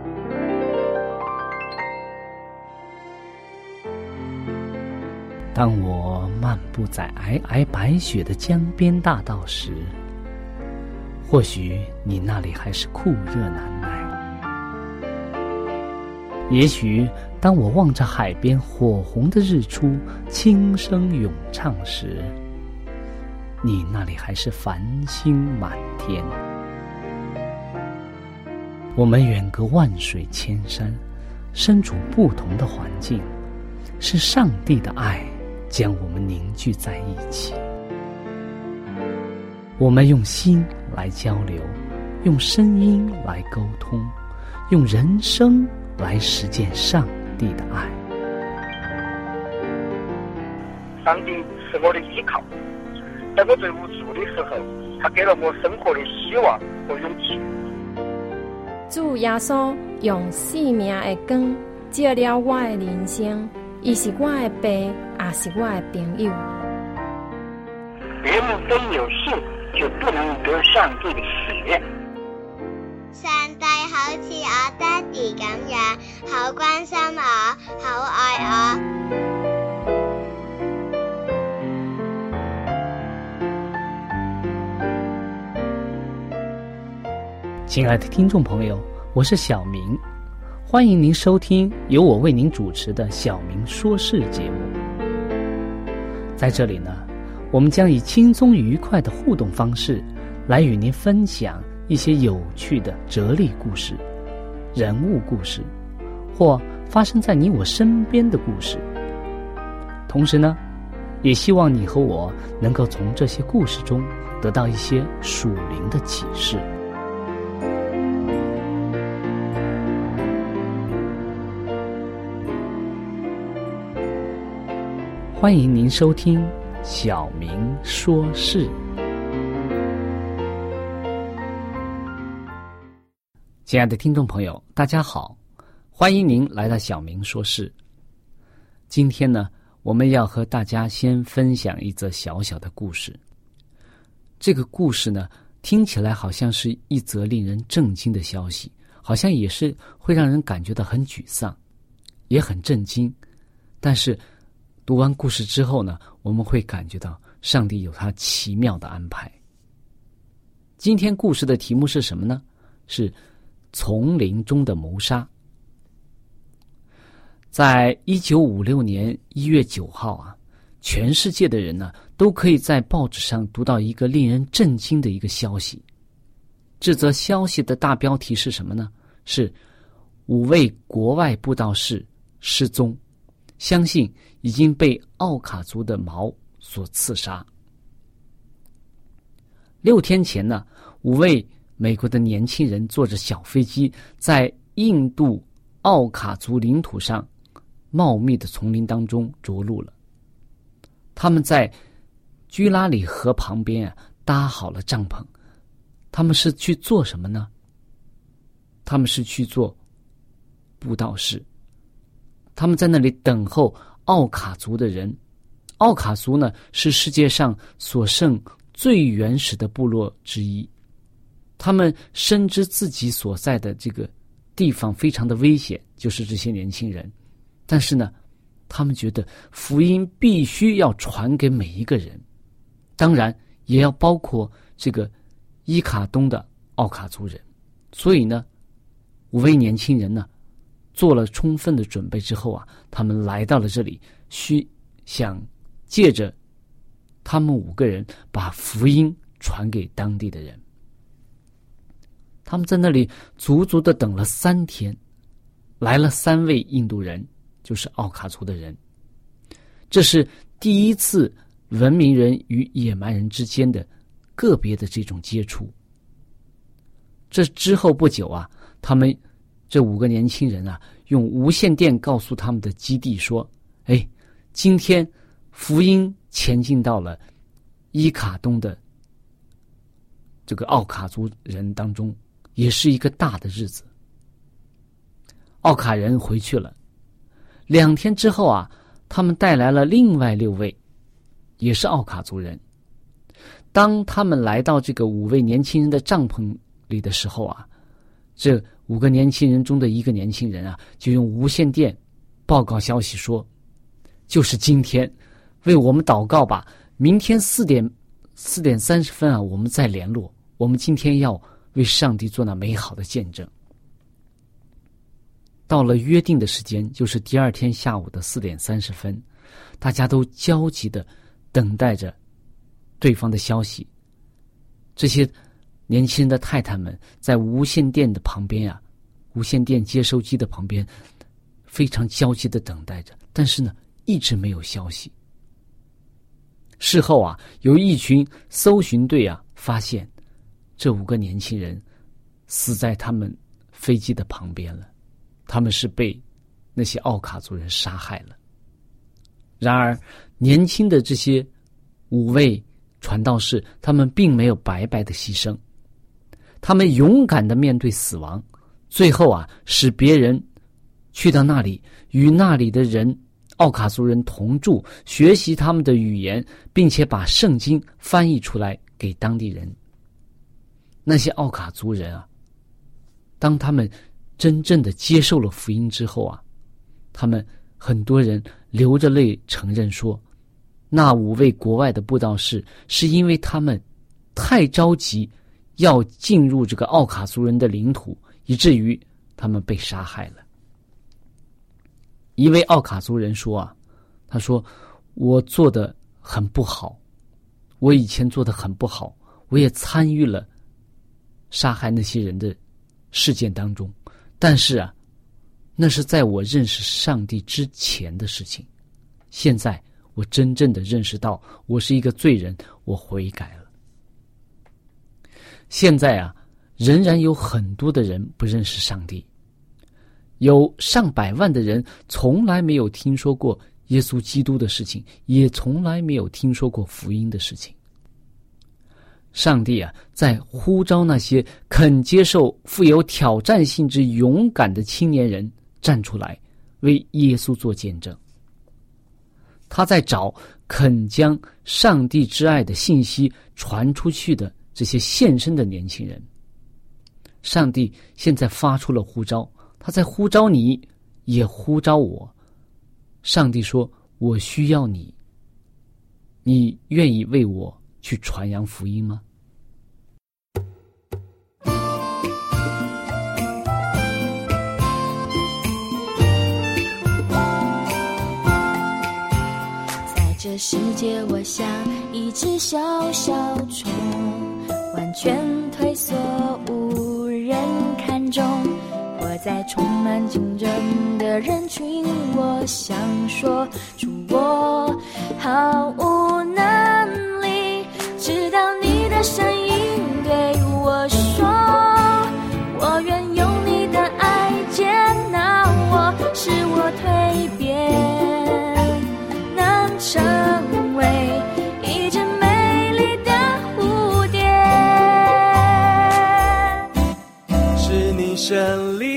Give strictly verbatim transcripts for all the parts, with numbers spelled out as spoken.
当我漫步在皑皑白雪的江边大道时，或许你那里还是酷热难耐。也许当我望着海边火红的日出轻声咏唱时，你那里还是繁星满天。我们远隔万水千山，身处不同的环境，是上帝的爱将我们凝聚在一起。我们用心来交流，用声音来沟通，用人生来实践上帝的爱。 上帝是我的依靠，在我最无助的时候，他给了我生活的希望和勇气。 主耶稣用生命的光照了我的人生，伊是我的爸，也是我的朋友。 人们非有信，就不能得上帝的喜悦。 上帝好似我爹哋咁樣，好關心我，好愛我。 亲爱的听众朋友，我是小明，欢迎您收听由我为您主持的小明说事节目。在这里呢，我们将以轻松愉快的互动方式来与您分享一些有趣的哲理故事、人物故事，或发生在你我身边的故事。同时呢，也希望你和我能够从这些故事中得到一些属灵的启示。欢迎您收听小明说事。亲爱的听众朋友，大家好，欢迎您来到小明说事。今天呢，我们要和大家先分享一则小小的故事。这个故事呢，听起来好像是一则令人震惊的消息，好像也是会让人感觉到很沮丧，也很震惊。但是读完故事之后呢，我们会感觉到上帝有他奇妙的安排。今天故事的题目是什么呢？是丛林中的谋杀。在一九五六年一月九号啊，全世界的人呢都可以在报纸上读到一个令人震惊的一个消息。这则消息的大标题是什么呢？是五位国外布道士失踪，相信已经被奥卡族的矛所刺杀。六天前呢，五位美国的年轻人坐着小飞机，在印度奥卡族领土上茂密的丛林当中着陆了。他们在居拉里河旁边啊搭好了帐篷。他们是去做什么呢？他们是去做布道士。他们在那里等候奥卡族的人。奥卡族呢，是世界上所剩最原始的部落之一。他们深知自己所在的这个地方非常的危险，就是这些年轻人。但是呢，他们觉得福音必须要传给每一个人，当然也要包括这个伊卡东的奥卡族人。所以呢，五位年轻人呢做了充分的准备之后啊，他们来到了这里，需想借着他们五个人把福音传给当地的人。他们在那里足足的等了三天，来了三位印度人，就是奥卡族的人。这是第一次文明人与野蛮人之间的个别的这种接触。这之后不久啊，他们这五个年轻人啊，用无线电告诉他们的基地说，哎，今天福音前进到了伊卡东的这个奥卡族人当中，也是一个大的日子。奥卡人回去了，两天之后啊，他们带来了另外六位，也是奥卡族人。当他们来到这个五位年轻人的帐篷里的时候啊，这五个年轻人中的一个年轻人啊，就用无线电报告消息说，就是今天，为我们祷告吧，明天四点四点三十分啊，我们再联络，我们今天要为上帝做那美好的见证。到了约定的时间，就是第二天下午的四点三十分，大家都焦急地等待着对方的消息。这些年轻人的太太们在无线电的旁边啊，无线电接收机的旁边，非常焦急地等待着，但是呢，一直没有消息。事后啊，有一群搜寻队啊，发现这五个年轻人死在他们飞机的旁边了，他们是被那些奥卡族人杀害了。然而，年轻的这些五位传道士，他们并没有白白的牺牲，他们勇敢的面对死亡，最后啊，使别人去到那里，与那里的人奥卡族人同住，学习他们的语言，并且把圣经翻译出来给当地人。那些奥卡族人啊，当他们真正的接受了福音之后啊，他们很多人流着泪承认说，那五位国外的布道士是因为他们太着急要进入这个奥卡族人的领土，以至于他们被杀害了。一位奥卡族人说啊，他说，我做的很不好，我以前做的很不好，我也参与了杀害那些人的事件当中，但是啊，那是在我认识上帝之前的事情。现在我真正的认识到我是一个罪人，我悔改了。现在啊，仍然有很多的人不认识上帝，有上百万的人从来没有听说过耶稣基督的事情，也从来没有听说过福音的事情。上帝啊，在呼召那些肯接受富有挑战性之勇敢的青年人站出来，为耶稣做见证。他在找肯将上帝之爱的信息传出去的这些献身的年轻人。上帝现在发出了呼召，他在呼召你，也呼召我。上帝说，我需要你，你愿意为我去传扬福音吗？ 在这世界，我像一只小小虫，完全退缩，无人看重。活在充满竞争的人群，我想说出我毫无能力，直到你的声音对我说，我愿用你的爱接纳我，使我蜕变，能成为一只美丽的蝴蝶。 是你胜利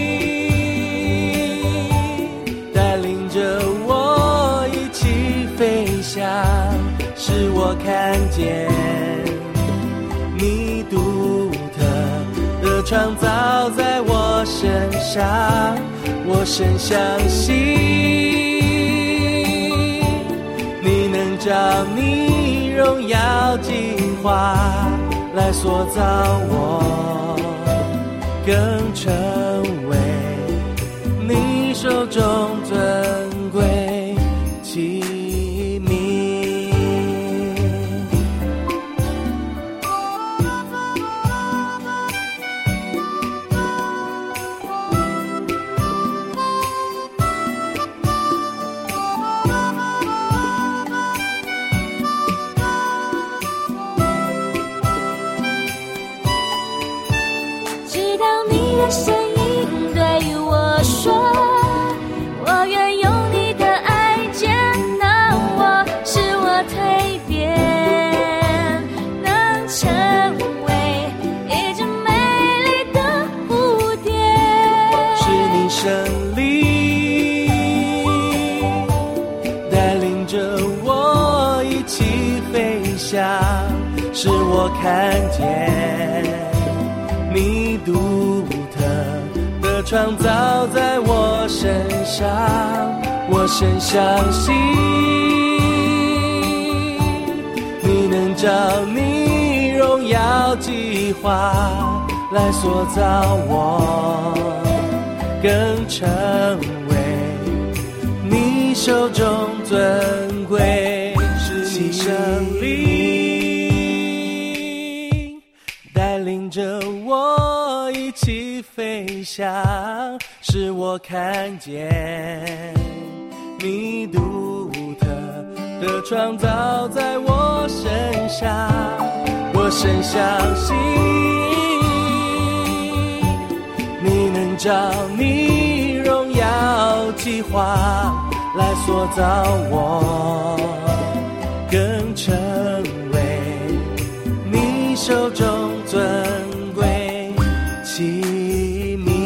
使我看见你独特的创造在我身上，我深相信你能照你荣耀计划来塑造我，更成为你手中尊贵器皿。 声音对我说，我愿用你的爱接纳我，使我蜕变，能成为一只美丽的蝴蝶。 是你胜利带领着我一起飞翔，使我看见你独特创造在我身上，我深相信你能照你荣耀计划来塑造我，更成为你手中尊贵，是你生灵带领着我一起飞翔，使我看见你独特的创造在我身上，我深相信你能照你荣耀计划来塑造我，更成为你手中尊贵器皿。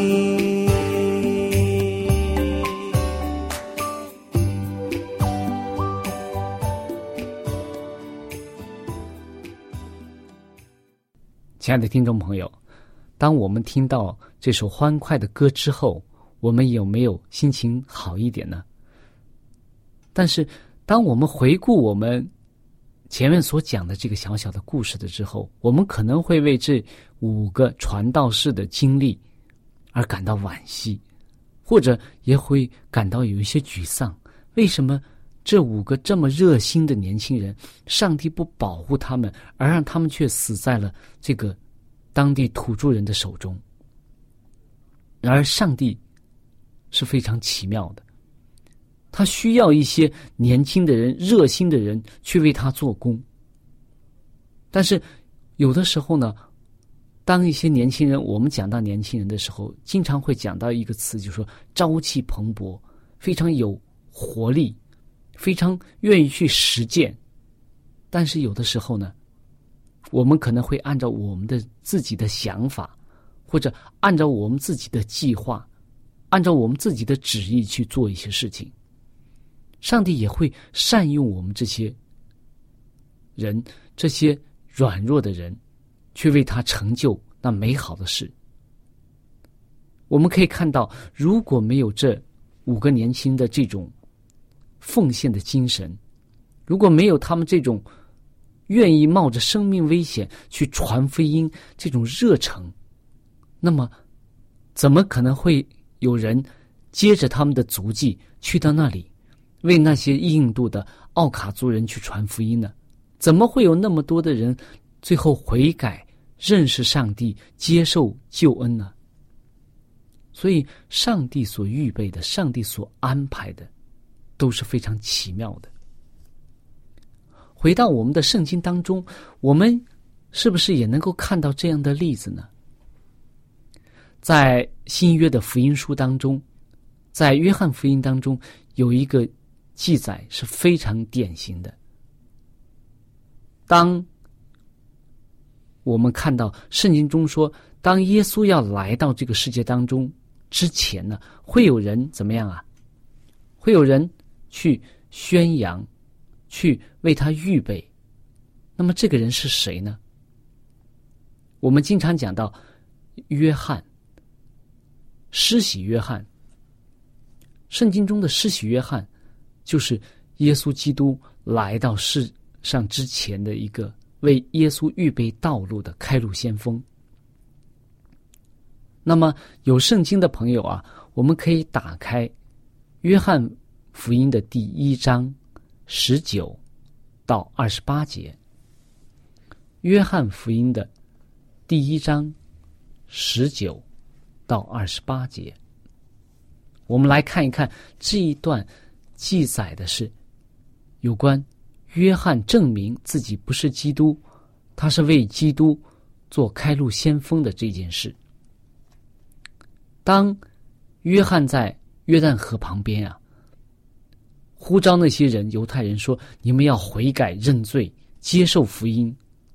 亲爱的听众朋友，当我们听到这首欢快的歌之后，我们有没有心情好一点呢？但是当我们回顾我们前面所讲的这个小小的故事的之后，我们可能会为这五个传道士的经历而感到惋惜，或者也会感到有一些沮丧。为什么这五个这么热心的年轻人，上帝不保护他们，而让他们却死在了这个当地土著人的手中？然而上帝是非常奇妙的，他需要一些年轻的人、热心的人去为他做工。但是有的时候呢，当一些年轻人，我们讲到年轻人的时候，经常会讲到一个词，就是说朝气蓬勃，非常有活力，非常愿意去实践。但是有的时候呢，我们可能会按照我们的自己的想法，或者按照我们自己的计划，按照我们自己的旨意去做一些事情。上帝也会善用我们这些人，这些软弱的人，去为他成就那美好的事。我们可以看到，如果没有这五个年轻人的这种奉献的精神，如果没有他们这种愿意冒着生命危险去传福音这种热诚，那么怎么可能会有人接着他们的足迹去到那里为那些印度的奥卡族人去传福音呢？怎么会有那么多的人最后悔改，认识上帝，接受救恩呢？所以上帝所预备的，上帝所安排的，都是非常奇妙的。回到我们的圣经当中，我们是不是也能够看到这样的例子呢？在新约的福音书当中，在约翰福音当中，有一个记载是非常典型的。当我们看到圣经中说，当耶稣要来到这个世界当中之前呢，会有人怎么样啊？会有人去宣扬，去为他预备。那么这个人是谁呢？我们经常讲到约翰，施洗约翰。圣经中的施洗约翰就是耶稣基督来到世上之前的一个为耶稣预备道路的开路先锋。那么有圣经的朋友啊，我们可以打开约翰福音的第一章十九到二十八节。约翰福音的第一章十九到二十八节，我们来看一看这一段记载的是有关约翰证明自己不是基督，他是为基督做开路先锋的这件事。当约翰在约旦河旁边啊，呼召那些人，犹太人说，你们要悔改认罪，接受福音。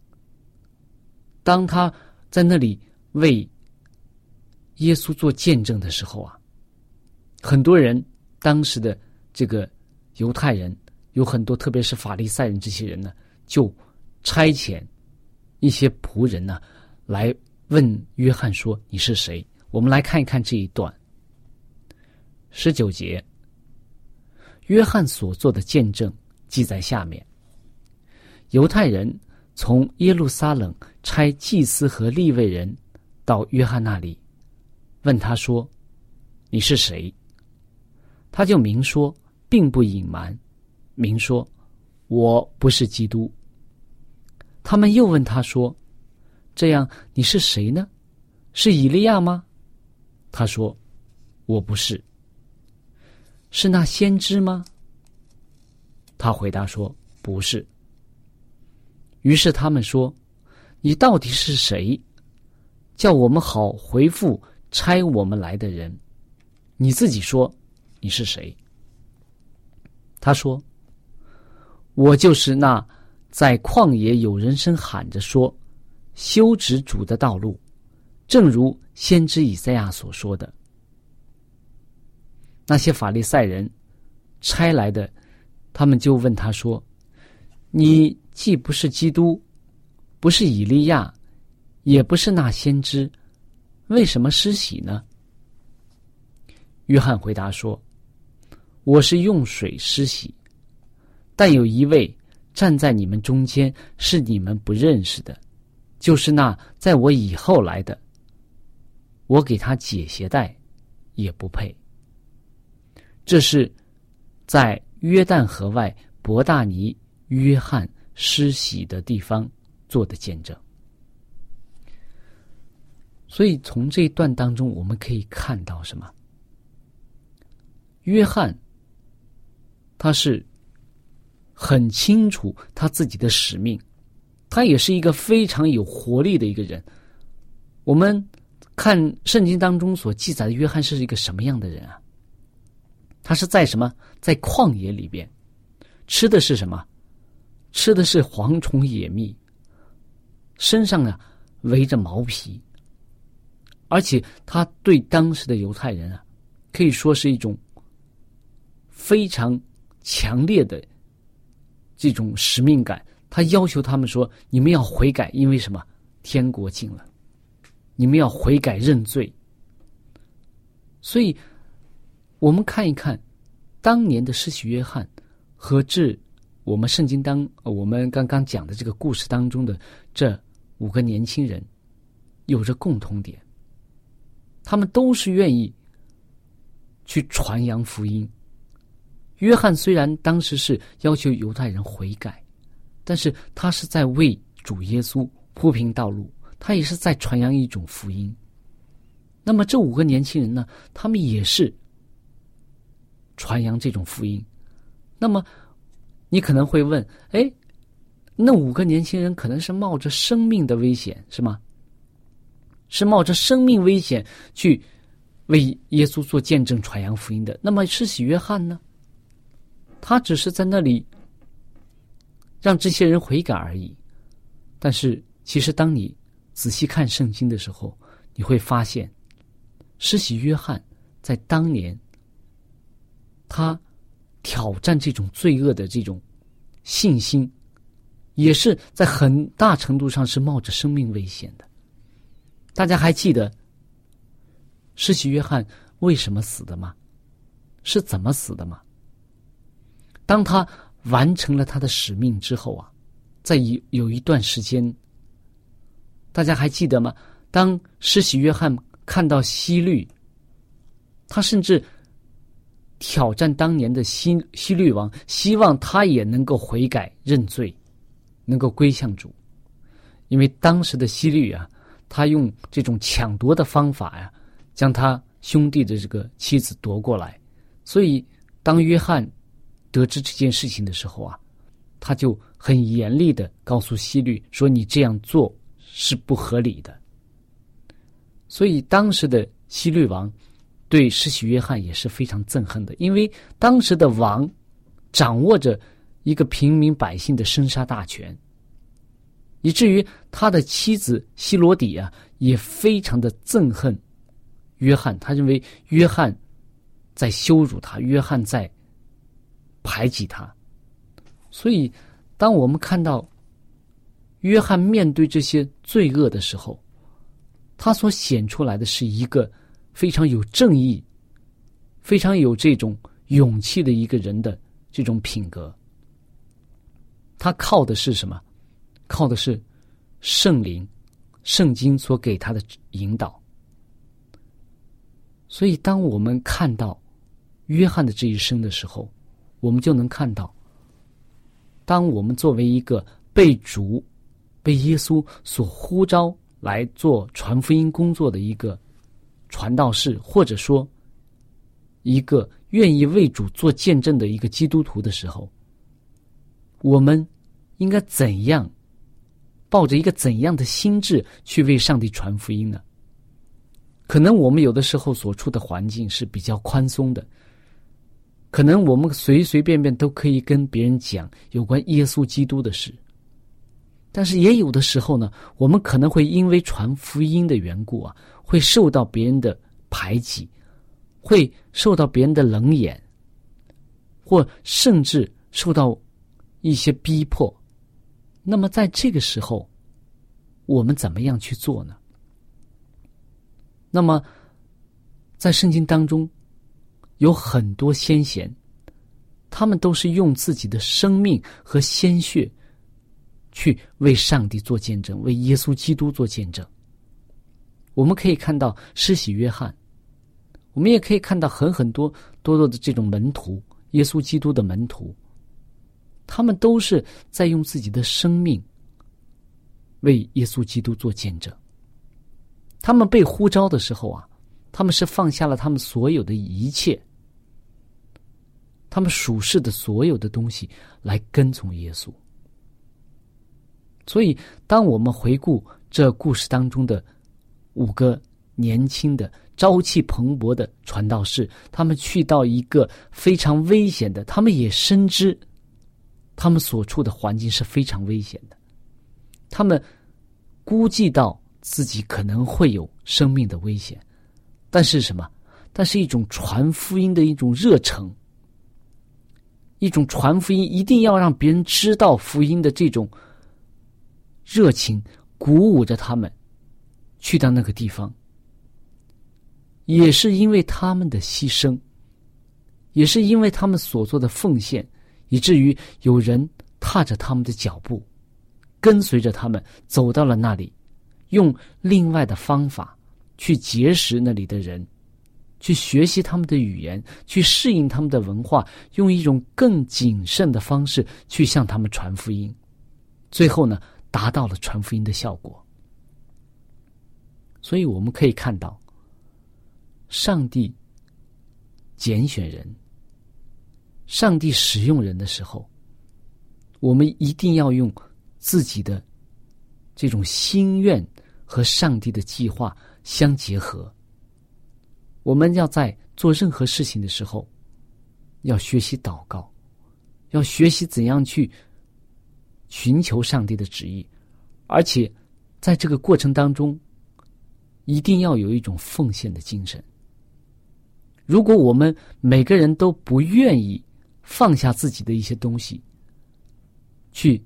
当他在那里为耶稣做见证的时候啊，很多人，当时的这个犹太人有很多，特别是法利赛人这些人呢，就差遣一些仆人呢来问约翰说，你是谁？ 我们来看一看这一段十九节，约翰所做的见证记在下面。犹太人从耶路撒冷差祭司和利未人到约翰那里，问他说：你是谁？他就明说，并不隐瞒，明说我不是基督。他们又问他说：这样你是谁呢？是以利亚吗？他说：我不是。是那先知吗？他回答说：不是。于是他们说：你到底是谁？叫我们好回复差我们来的人。你自己说你是谁？他说：我就是那在旷野有人声喊着说，修直主的道路，正如先知以赛亚所说的。那些法利赛人差来的，他们就问他说：你既不是基督，不是以利亚，也不是那先知，为什么施洗呢？约翰回答说：我是用水施洗，但有一位站在你们中间，是你们不认识的，就是那在我以后来的，我给他解鞋带也不配。这是在约旦河外伯大尼约翰施洗的地方做的见证。所以从这一段当中我们可以看到什么？约翰他是很清楚他自己的使命，他也是一个非常有活力的一个人。我们看圣经当中所记载的约翰是一个什么样的人啊？他是在什么？在旷野里边，吃的是什么？吃的是蝗虫野蜜，身上啊围着毛皮，而且他对当时的犹太人啊，可以说是一种非常强烈的这种使命感。他要求他们说：你们要悔改，因为什么？天国近了，你们要悔改认罪。所以我们看一看当年的施洗约翰和这我们圣经当我们刚刚讲的这个故事当中的这五个年轻人有着共同点，他们都是愿意去传扬福音。约翰虽然当时是要求犹太人悔改，但是他是在为主耶稣铺平道路，他也是在传扬一种福音。那么这五个年轻人呢，他们也是传扬这种福音。那么你可能会问，哎，那五个年轻人可能是冒着生命的危险，是吗？是冒着生命危险去为耶稣做见证传扬福音的。那么施洗约翰呢？他只是在那里让这些人悔改而已。但是其实当你仔细看圣经的时候，你会发现施洗约翰在当年他挑战这种罪恶的这种信心，也是在很大程度上是冒着生命危险的。大家还记得施洗约翰为什么死的吗？是怎么死的吗？当他完成了他的使命之后啊，在有一段时间，大家还记得吗？当施洗约翰看到希律，他甚至挑战当年的希希律王，希望他也能够悔改认罪，能够归向主。因为当时的希律啊，他用这种抢夺的方法呀、啊，将他兄弟的这个妻子夺过来。所以当约翰得知这件事情的时候啊，他就很严厉的告诉希律说，你这样做是不合理的。所以当时的希律王对施洗约翰也是非常憎恨的，因为当时的王掌握着一个平民百姓的生杀大权，以至于他的妻子希罗底啊也非常的憎恨约翰，他认为约翰在羞辱他，约翰在排挤他。所以当我们看到约翰面对这些罪恶的时候，他所显出来的是一个非常有正义、非常有这种勇气的一个人的这种品格。他靠的是什么？靠的是圣灵、圣经所给他的引导。所以当我们看到约翰的这一生的时候，我们就能看到，当我们作为一个被主、被耶稣所呼召来做传福音工作的一个传道士，或者说一个愿意为主做见证的一个基督徒的时候，我们应该怎样抱着一个怎样的心智去为上帝传福音呢？可能我们有的时候所处的环境是比较宽松的，可能我们随随便便都可以跟别人讲有关耶稣基督的事，但是也有的时候呢，我们可能会因为传福音的缘故啊，会受到别人的排挤，会受到别人的冷眼，或甚至受到一些逼迫。那么在这个时候，我们怎么样去做呢？那么在圣经当中有很多先贤，他们都是用自己的生命和鲜血去为上帝做见证，为耶稣基督做见证。我们可以看到施洗约翰，我们也可以看到很很多多多的这种门徒，耶稣基督的门徒，他们都是在用自己的生命为耶稣基督做见证。他们被呼召的时候啊，他们是放下了他们所有的一切，他们属世的所有的东西来跟从耶稣。所以当我们回顾这故事当中的五个年轻的朝气蓬勃的传道士，他们去到一个非常危险的，他们也深知他们所处的环境是非常危险的，他们估计到自己可能会有生命的危险，但是什么？但是一种传福音的一种热诚，一种传福音一定要让别人知道福音的这种热情，鼓舞着他们去到那个地方。也是因为他们的牺牲，也是因为他们所做的奉献，以至于有人踏着他们的脚步，跟随着他们走到了那里，用另外的方法去结识那里的人，去学习他们的语言，去适应他们的文化，用一种更谨慎的方式去向他们传福音，最后呢，达到了传福音的效果。所以我们可以看到，上帝拣选人，上帝使用人的时候，我们一定要用自己的这种心愿和上帝的计划相结合。我们要在做任何事情的时候，要学习祷告，要学习怎样去寻求上帝的旨意，而且在这个过程当中，一定要有一种奉献的精神。如果我们每个人都不愿意放下自己的一些东西，去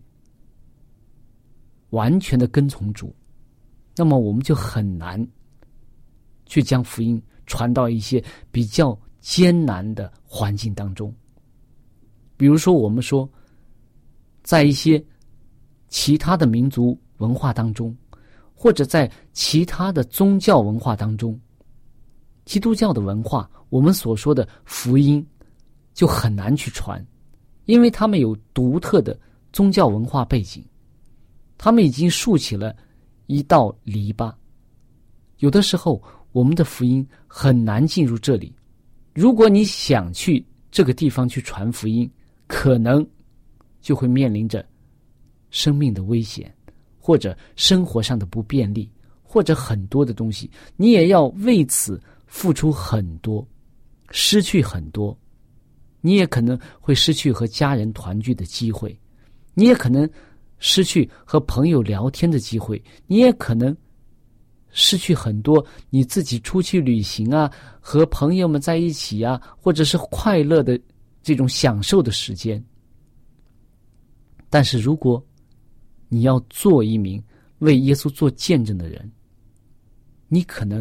完全的跟从主，那么我们就很难去将福音传到一些比较艰难的环境当中。比如说我们说，在一些其他的民族文化当中，或者在其他的宗教文化当中，基督教的文化，我们所说的福音就很难去传，因为他们有独特的宗教文化背景，他们已经竖起了一道篱笆，有的时候我们的福音很难进入这里。如果你想去这个地方去传福音，可能就会面临着生命的危险，或者生活上的不便利，或者很多的东西，你也要为此付出很多，失去很多。你也可能会失去和家人团聚的机会，你也可能失去和朋友聊天的机会，你也可能失去很多你自己出去旅行啊，和朋友们在一起啊，或者是快乐的这种享受的时间。但是如果你要做一名为耶稣做见证的人，你可能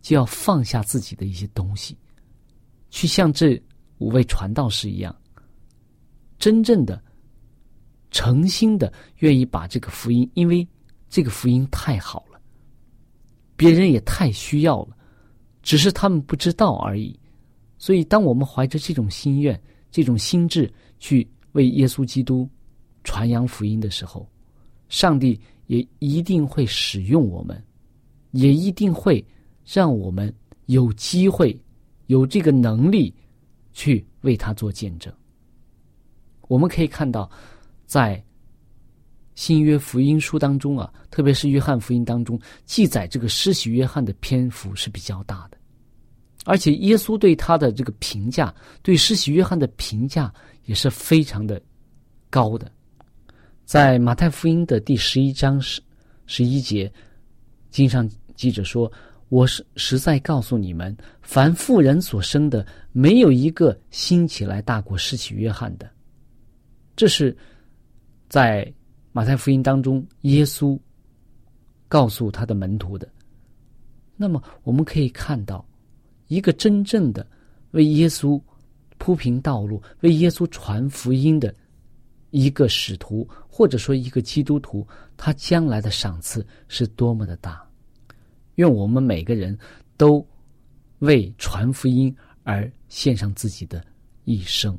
就要放下自己的一些东西，去像这五位传道士一样，真正的诚心的愿意把这个福音，因为这个福音太好了，别人也太需要了，只是他们不知道而已。所以当我们怀着这种心愿，这种心志去为耶稣基督传扬福音的时候，上帝也一定会使用我们，也一定会让我们有机会有这个能力去为他做见证。我们可以看到在新约福音书当中啊，特别是约翰福音当中，记载这个施洗约翰的篇幅是比较大的，而且耶稣对他的这个评价，对施洗约翰的评价也是非常的高的。在马太福音的第十一章十十一节，经上记着说，我是实在告诉你们，凡妇人所生的，没有一个兴起来大过施洗约翰的。这是在马太福音当中耶稣告诉他的门徒的。那么我们可以看到，一个真正的为耶稣铺平道路，为耶稣传福音的一个使徒，或者说一个基督徒，他将来的赏赐是多么的大。愿我们每个人都为传福音而献上自己的一生。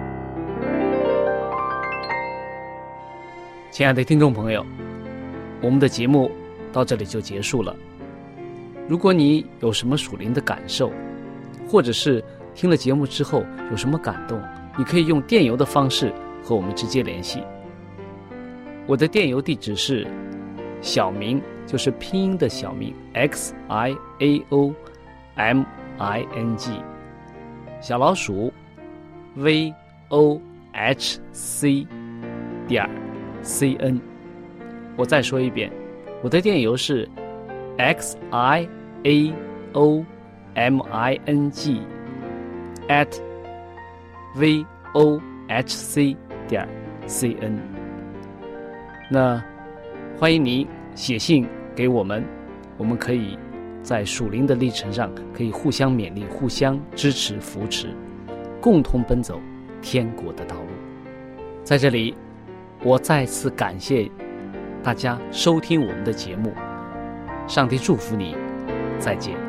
亲爱的听众朋友，我们的节目到这里就结束了。如果你有什么属灵的感受，或者是听了节目之后有什么感动，你可以用电邮的方式和我们直接联系。我的电邮地址是小明，就是拼音的小明 X I A O M I N G 小老鼠 V O H C 点 C N。 我再说一遍，我的电邮是 X I A O M I N G at V O H C 点 C N。 那欢迎你写信给我们，我们可以在属灵的历程上可以互相勉励，互相支持扶持，共同奔走天国的道路。在这里我再次感谢大家收听我们的节目，上帝祝福你，再见。